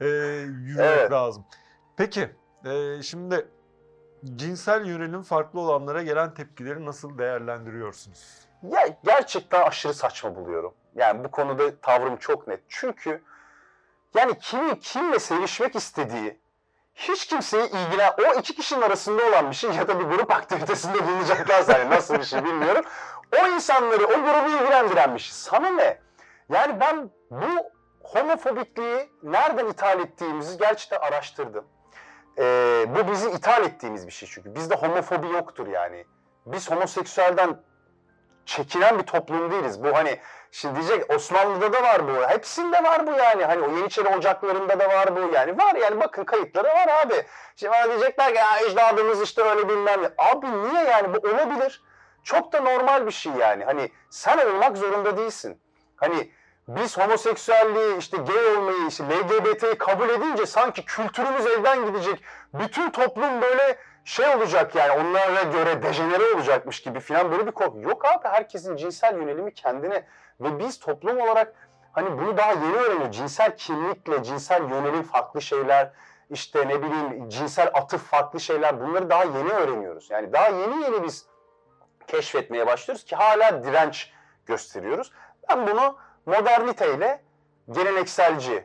yürümek lazım. Peki şimdi cinsel yönelim farklı olanlara gelen tepkileri nasıl değerlendiriyorsunuz? Ya gerçekten aşırı saçma buluyorum. Yani bu konuda tavrım çok net. Çünkü yani kimle sevişmek istediği hiç kimseyi o iki kişinin arasında olan bir şey ya da bir grup aktivitesinde bulunacaklarsa hani nasıl bir şey bilmiyorum. O insanları, o grubu ilgilendiren bir şey. Sana ne? Yani ben bu homofobikliği nereden ithal ettiğimizi gerçekten araştırdım. Bu bizim ithal ettiğimiz bir şey çünkü. Bizde homofobi yoktur yani. Biz homoseksüelden çekinen bir toplum değiliz. Bu hani şimdi diyecek Osmanlı'da da var bu. Hepsinde var bu yani. Hani o Yeniçeri ocaklarında da var bu. Yani var yani bakın kayıtları var abi. Şimdi bana diyecekler ki ya ecdadımız işte öyle bilmem ne. Abi niye yani bu olabilir? Çok da normal bir şey yani. Hani sen olmak zorunda değilsin. Hani biz homoseksüelliği, işte gay olmayı, işte LGBT'yi kabul edince sanki kültürümüz elden gidecek. Bütün toplum böyle şey olacak yani, onlara göre dejenere olacakmış gibi falan, böyle bir korku. Yok abi, herkesin cinsel yönelimi kendine ve biz toplum olarak hani bunu daha yeni öğreniyoruz. Cinsel kimlikle cinsel yönelim farklı şeyler, işte ne bileyim cinsel atıf farklı şeyler, bunları daha yeni öğreniyoruz. Yani daha yeni biz keşfetmeye başlıyoruz ki hala direnç gösteriyoruz. Ben bunu moderniteyle gelenekselci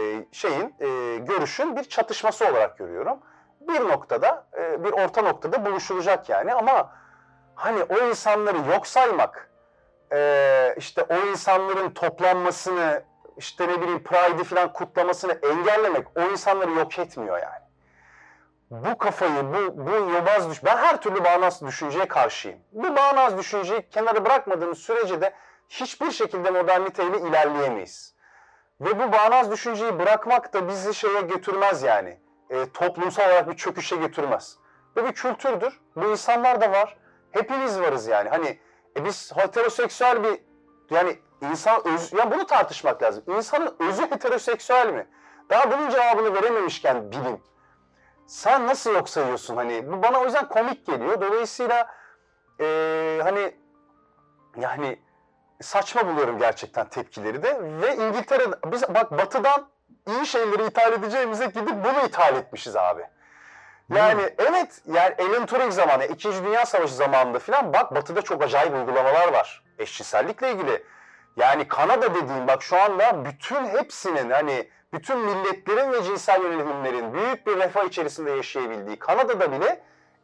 görüşün bir çatışması olarak görüyorum. Bir noktada, bir orta noktada buluşulacak yani, ama hani o insanları yok saymak, işte o insanların toplanmasını, işte ne bileyim Pride'i falan kutlamasını engellemek o insanları yok etmiyor yani. Bu kafayı, bu yobaz ben her türlü bağnaz düşünceye karşıyım. Bu bağnaz düşünceyi kenara bırakmadığımız sürece de hiçbir şekilde moderniteyle ilerleyemeyiz. Ve bu bağnaz düşünceyi bırakmak da bizi şeye götürmez yani. Toplumsal olarak bir çöküşe götürmez. Bu bir kültürdür. Bu insanlar da var. Hepimiz varız yani. Hani biz heteroseksüel bir, yani insan yani bunu tartışmak lazım. İnsanın özü heteroseksüel mi? Daha bunun cevabını verememişken bilim. Sen nasıl yok sayıyorsun hani? Bu bana o yüzden komik geliyor. Dolayısıyla hani yani saçma buluyorum gerçekten tepkileri de. Ve İngiltere'de biz bak batıdan iyi şeyleri ithal edeceğimize gidip bunu ithal etmişiz abi. Yani evet, yani Alan Turing zamanı, 2. Dünya Savaşı zamanında filan bak batıda çok acayip uygulamalar var eşcinsellikle ilgili. Yani Kanada dediğim bak şu anda bütün hepsinin, hani bütün milletlerin ve cinsel yönelimlerin büyük bir refah içerisinde yaşayabildiği Kanada'da bile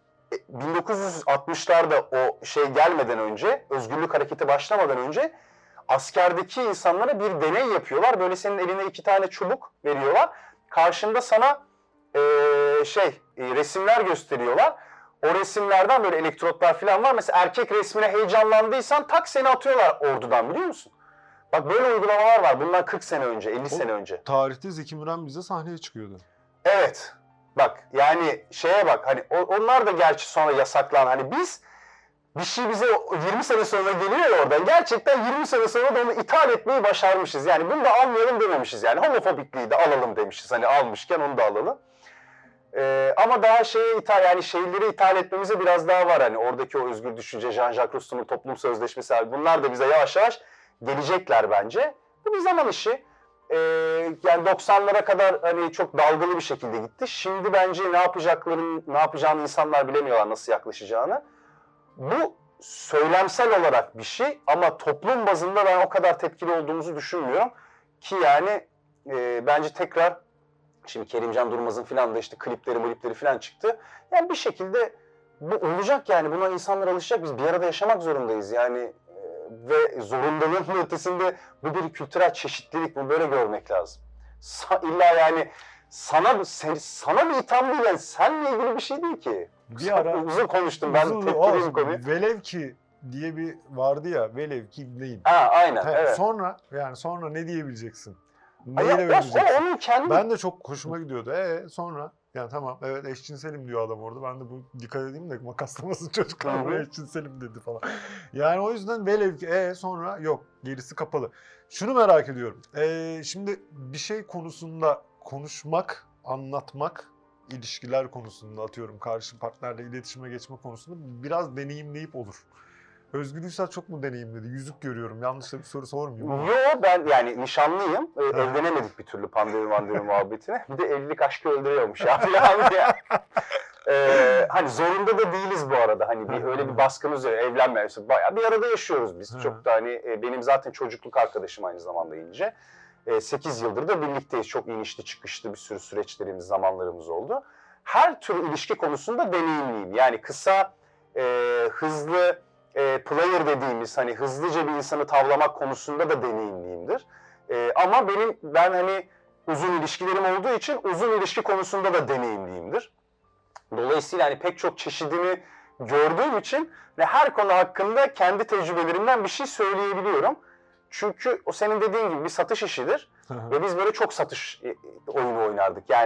1960'larda o şey gelmeden önce, özgürlük hareketi başlamadan önce askerdeki insanlara bir deney yapıyorlar. Böyle senin eline 2 tane çubuk veriyorlar. Karşında sana resimler gösteriyorlar. O resimlerden böyle elektrotlar falan var. Mesela erkek resmine heyecanlandıysan tak seni atıyorlar ordudan, biliyor musun? Bak böyle uygulamalar var. Bunlar 40 sene önce, 50 sene önce. Tarihte Zeki Müren bize sahneye çıkıyordu. Evet. Bak yani şeye bak, hani onlar da gerçi sonra yasaklan. Hani biz bir şey bize 20 sene sonra geliyor ya oradan. Gerçekten 20 sene sonra da onu ithal etmeyi başarmışız. Yani bunu da almayalım dememişiz yani. Homofobikliği de alalım demişiz. Hani almışken onu da alalım. Ama daha yani şeyleri ithal etmemize biraz daha var. Hani oradaki o özgür düşünce, Jean-Jacques Rousseau'nun toplum sözleşmesi, bunlar da bize yavaş yavaş gelecekler bence. Bu bir zaman işi. Yani 90'lara kadar hani çok dalgalı bir şekilde gitti. Şimdi bence ne yapacağını insanlar bilemiyorlar, nasıl yaklaşacağını. Bu söylemsel olarak bir şey ama toplum bazında ben o kadar tepkili olduğumuzu düşünmüyorum. Ki yani bence tekrar, şimdi Kerimcan Durmaz'ın filan da işte klipleri filan çıktı. Yani bir şekilde bu olacak yani, buna insanlar alışacak. Biz bir arada yaşamak zorundayız yani. Ve zorundalığın ötesinde bu bir kültürel çeşitlilik, bu böyle görmek lazım. İlla yani sana bir itham değil yani, seninle ilgili bir şey değil ki. Bir ara uzun konuştum ben, tepkiliyim konuyu. Velev ki diye bir vardı ya, velev ki neyim? Ha aynen, evet. Sonra ne diyebileceksin? Onun kendi... Ben de çok hoşuma gidiyordu. Sonra yani tamam, evet eşcinselim diyor adam orada. Ben de bu dikkat edeyim de makaslamasın çocuklar, buraya eşcinselim dedi falan. Yani o yüzden velev ki sonra yok, gerisi kapalı. Şunu merak ediyorum. Şimdi bir şey konusunda konuşmak, anlatmak, ilişkiler konusunda, atıyorum karşı partnerle iletişime geçme konusunda biraz deneyimleyip olur. Özgür Ünsal çok mu deneyimledi? Yüzük görüyorum. Yanlış bir soru sormayayım. Yok, ben yani nişanlıyım. Evlenemedik bir türlü pandemi muhabbetine. Bir de evlilik aşkı öldürüyormuş ya. Hani zorunda da değiliz bu arada. Hani öyle bir baskımız yok. Evlenmiyoruz. Bayağı bir arada yaşıyoruz biz. Çok da hani benim zaten çocukluk arkadaşım aynı zamanda İnce. 8 yıldır da birlikteyiz. Çok inişli çıkışlı bir sürü süreçlerimiz, zamanlarımız oldu. Her tür ilişki konusunda deneyimliyim. Yani kısa, hızlı, player dediğimiz, hani hızlıca bir insanı tavlamak konusunda da deneyimliyimdir. Ama ben hani uzun ilişkilerim olduğu için uzun ilişki konusunda da deneyimliyimdir. Dolayısıyla hani pek çok çeşidini gördüğüm için ve her konu hakkında kendi tecrübelerimden bir şey söyleyebiliyorum. Çünkü o senin dediğin gibi bir satış işidir. Ve biz böyle çok satış oyunu oynardık. Yani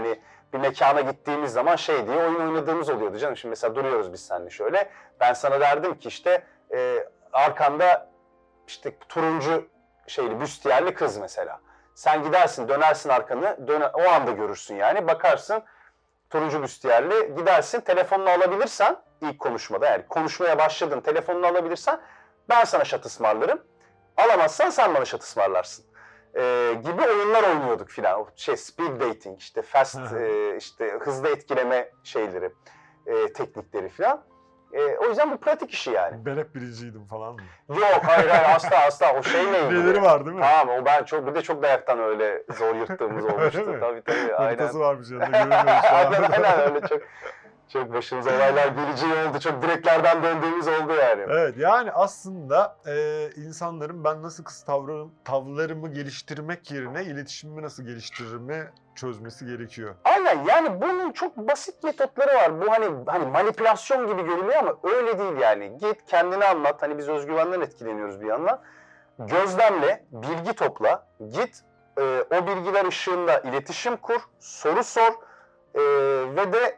bir mekana gittiğimiz zaman şey diye oyun oynadığımız oluyordu canım. Şimdi mesela duruyoruz biz seninle şöyle. Ben sana derdim ki işte arkanda işte turuncu şeyli büstiyerli kız mesela. Sen gidersin, dönersin arkanı, o anda görürsün yani. Bakarsın turuncu büstiyerli, gidersin telefonunu alabilirsen ilk konuşmada, yani konuşmaya başladın, telefonunu alabilirsen ben sana şat ısmarlarım. Alamazsan sen bana şat ısmarlarsın. Gibi oyunlar oynuyorduk filan. Speed dating, işte fast, işte hızlı etkileme şeyleri, teknikleri filan. O yüzden bu pratik işi yani. Ben hep birinciydim falan mı? Yok, hayır asla o şeyle ilgili. Neleri var değil mi? Tamam, o ben bir de çok dayaktan öyle zor yırttığımız olmuştu. Tabii aynen. Haritası varmış yanında görünmüyormuş falan. aynen öyle çok başımıza olaylar geleceği oldu. Çok direklerden döndüğümüz oldu yani. Evet, yani aslında insanların ben nasıl kız tavlarımı geliştirmek yerine iletişimimi nasıl geliştiririmi çözmesi gerekiyor. Aynen, yani bunun çok basit metotları var. Bu hani manipülasyon gibi görünüyor ama öyle değil yani. Git kendini anlat. Hani biz özgüvenden etkileniyoruz bir yandan. Gözlemle, bilgi topla. Git o bilgiler ışığında iletişim kur, soru sor ve de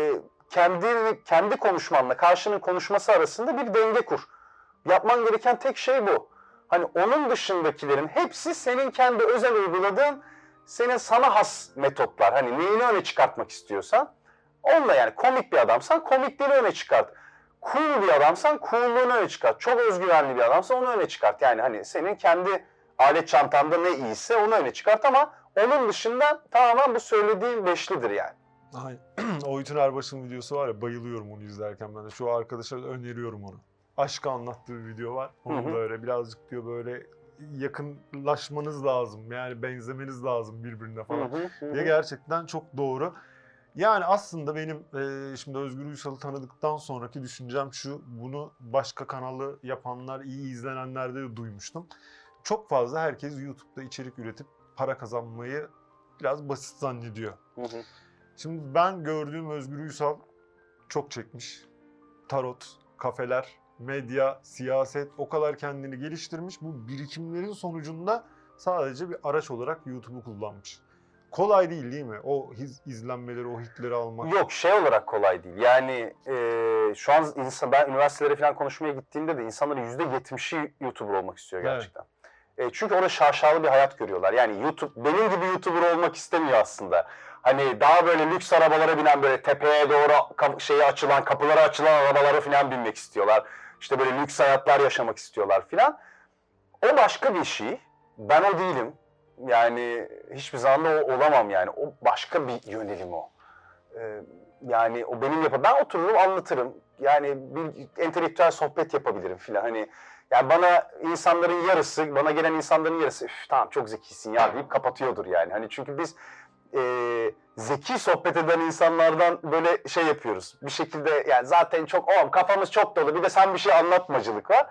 kendi konuşmanla karşının konuşması arasında bir denge kur. Yapman gereken tek şey bu. Hani onun dışındakilerin hepsi senin kendi özel uyguladığın, senin sana has metotlar. Hani neyini öne çıkartmak istiyorsan onunla, yani komik bir adamsan komikliğini öne çıkart. Cool bir adamsan cool'luğunu öne çıkart. Çok özgüvenli bir adamsan onu öne çıkart. Yani hani senin kendi alet çantanda ne iyiyse onu öne çıkart ama onun dışında tamamen bu söylediğin beşlidir yani. Aynen. Oytun Erbaş'ın videosu var ya, bayılıyorum onu izlerken ben de. Şu arkadaşa öneriyorum onu. Aşkı anlattığı bir video var. Onun da öyle birazcık diyor böyle yakınlaşmanız lazım. Yani benzemeniz lazım birbirine falan. Diye gerçekten çok doğru. Yani aslında benim şimdi Özgür Uysal'ı tanıdıktan sonraki düşüncem şu: bunu başka kanalı yapanlar, iyi izlenenlerde de duymuştum. Çok fazla herkes YouTube'da içerik üretip para kazanmayı biraz basit zannediyor. Şimdi ben gördüğüm Özgür Uysal çok çekmiş. Tarot, kafeler, medya, siyaset o kadar kendini geliştirmiş. Bu birikimlerin sonucunda sadece bir araç olarak YouTube'u kullanmış. Kolay değil mi? O izlenmeleri, o hitleri almak. Yok, şey olarak kolay değil. Yani şu an ben üniversitelere falan konuşmaya gittiğimde de insanların %70'i YouTuber olmak istiyor gerçekten. Evet. Çünkü orada şaşalı bir hayat görüyorlar. Yani YouTube, benim gibi YouTuber olmak istemiyor aslında. Hani daha böyle lüks arabalara binen, böyle tepeye doğru açılan, kapıları açılan arabalara falan binmek istiyorlar. İşte böyle lüks hayatlar yaşamak istiyorlar falan. O başka bir şey. Ben o değilim. Yani hiçbir zaman da o olamam yani. O başka bir yönelim o. Yani o benim ben otururum anlatırım. Yani bir entelektüel sohbet yapabilirim filan. Hani yani bana bana gelen insanların yarısı tamam çok zekisin ya deyip kapatıyordur yani. Hani çünkü biz zeki sohbet eden insanlardan böyle şey yapıyoruz. Bir şekilde yani zaten kafamız çok dolu, bir de sen bir şey anlatmacılık var.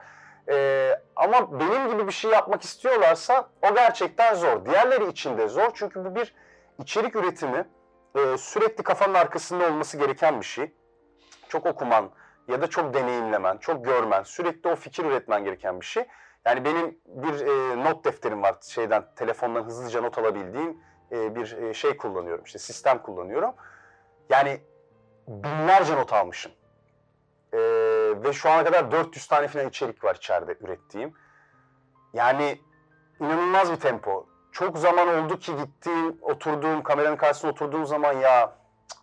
Ama benim gibi bir şey yapmak istiyorlarsa o gerçekten zor. Diğerleri için de zor çünkü bu bir içerik üretimi, sürekli kafanın arkasında olması gereken bir şey. Çok okuman ya da çok deneyimlemen, çok görmen, sürekli o fikir üretmen gereken bir şey. Yani benim bir not defterim var, telefondan hızlıca not alabildiğim bir şey kullanıyorum, işte sistem kullanıyorum. Yani binlerce not almışım. Ve şu ana kadar 400 tane falan içerik var içeride ürettiğim. Yani inanılmaz bir tempo. Çok zaman oldu ki oturduğum, kameranın karşısında oturduğum zaman ya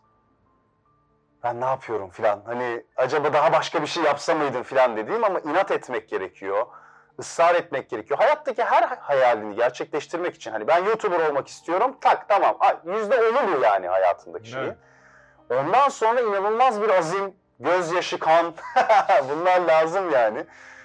ben ne yapıyorum filan. Hani acaba daha başka bir şey yapsa mıydım filan dediğim, ama inat etmek gerekiyor. Israr etmek gerekiyor. Hayattaki her hayalini gerçekleştirmek için, hani ben YouTuber olmak istiyorum, tamam. %10'u bu yani hayatındaki şeyin. Evet. Ondan sonra inanılmaz bir azim, gözyaşı, kan bunlar lazım yani.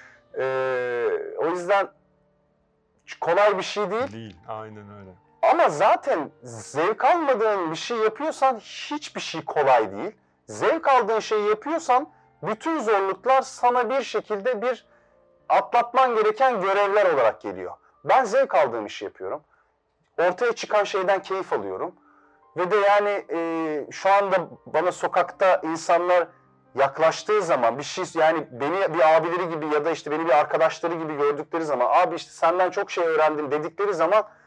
O yüzden kolay bir şey değil. Değil, aynen öyle. Ama zaten zevk almadığın bir şey yapıyorsan hiçbir şey kolay değil. Zevk aldığın şeyi yapıyorsan bütün zorluklar sana bir şekilde bir atlatman gereken görevler olarak geliyor. Ben zevk aldığım işi yapıyorum. Ortaya çıkan şeyden keyif alıyorum. Ve de yani şu anda bana sokakta insanlar yaklaştığı zaman bir şey, yani beni bir abileri gibi ya da işte beni bir arkadaşları gibi gördükleri zaman, abi işte senden çok şey öğrendim dedikleri zaman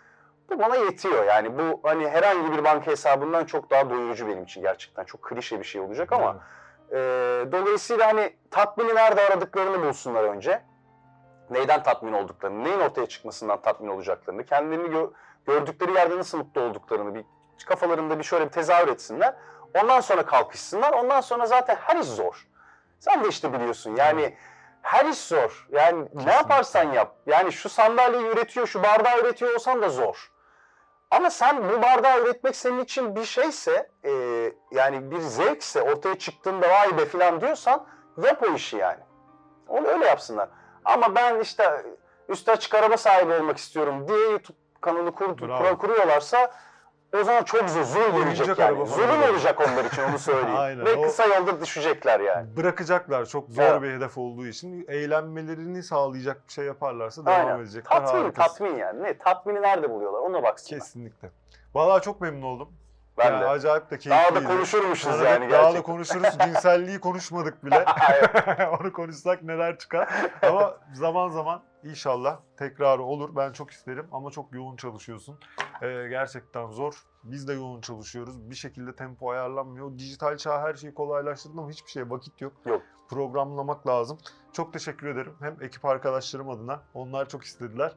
Bu bana yetiyor. Yani bu hani herhangi bir banka hesabından çok daha doyurucu benim için gerçekten. Çok klişe bir şey olacak ama dolayısıyla hani tatmini nerede aradıklarını bulsunlar önce. Neyden tatmin olduklarını, neyin ortaya çıkmasından tatmin olacaklarını, kendilerini gördükleri yerde nasıl mutlu olduklarını bir kafalarında şöyle bir tezahür etsinler. Ondan sonra kalkışsınlar. Ondan sonra zaten her iş zor. Sen de işte biliyorsun yani her iş zor. Yani Kesinlikle. Ne yaparsan yap. Yani şu sandalyeyi üretiyor, şu bardağı üretiyor olsan da zor. Ama sen bu bardağı üretmek senin için bir şeyse, yani bir zevkse, ortaya çıktığında vay be falan diyorsan yap o işi yani. Onu öyle yapsınlar. Ama ben işte üstü açık araba sahibi olmak istiyorum diye YouTube kanalı kuruyorlarsa o zaman çok zulüm gelecek yani. Zulüm olacak onlar için, onu söyleyeyim. Aynen. Ve kısa yolda düşecekler yani. Bırakacaklar, çok zor bir hedef olduğu için. Eğlenmelerini sağlayacak bir şey yaparlarsa devam edecekler. Tatmin yani. Ne? Tatmini nerede buluyorlar? Ona baksınlar. Kesinlikle. Vallahi çok memnun oldum. Ben de. Acayip de keyifliydi. Daha da konuşurmuşuz yani gerçekten. Daha da konuşuruz. Cinselliği konuşmadık bile. Onu konuşsak neler çıkar. Ama zaman zaman inşallah tekrarı olur. Ben çok isterim ama çok yoğun çalışıyorsun. Gerçekten zor. Biz de yoğun çalışıyoruz. Bir şekilde tempo ayarlanmıyor. Dijital çağ her şeyi kolaylaştırdı ama hiçbir şeye vakit yok. Programlamak lazım. Çok teşekkür ederim. Hem ekip arkadaşlarım adına. Onlar çok istediler.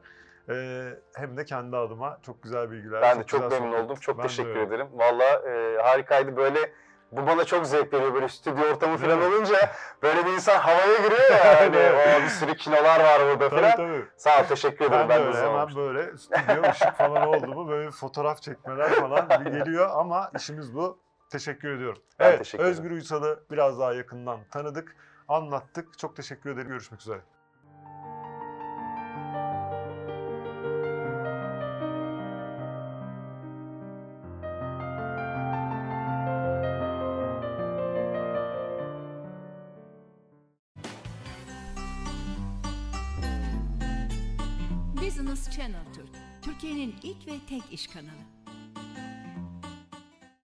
Hem de kendi adıma çok güzel bilgiler. Ben de çok memnun oldum. Çok teşekkür ederim. Vallahi harikaydı. Böyle bu bana çok zevk veriyor. Böyle stüdyo ortamı falan olunca böyle bir insan havaya giriyor ya. Hani, bir sürü kinolar var burada falan. Tabii. Sağ ol, teşekkür ederim. Ben de öyle. Hemen böyle stüdyo ışık falan oldu mu böyle fotoğraf çekmeler falan bir geliyor ama işimiz bu. Teşekkür ediyorum. Ben teşekkür ederim. Özgür Uysal'ı biraz daha yakından tanıdık, anlattık. Çok teşekkür ederim. Görüşmek üzere. Business Channel Türk, Türkiye'nin ilk ve tek iş kanalı.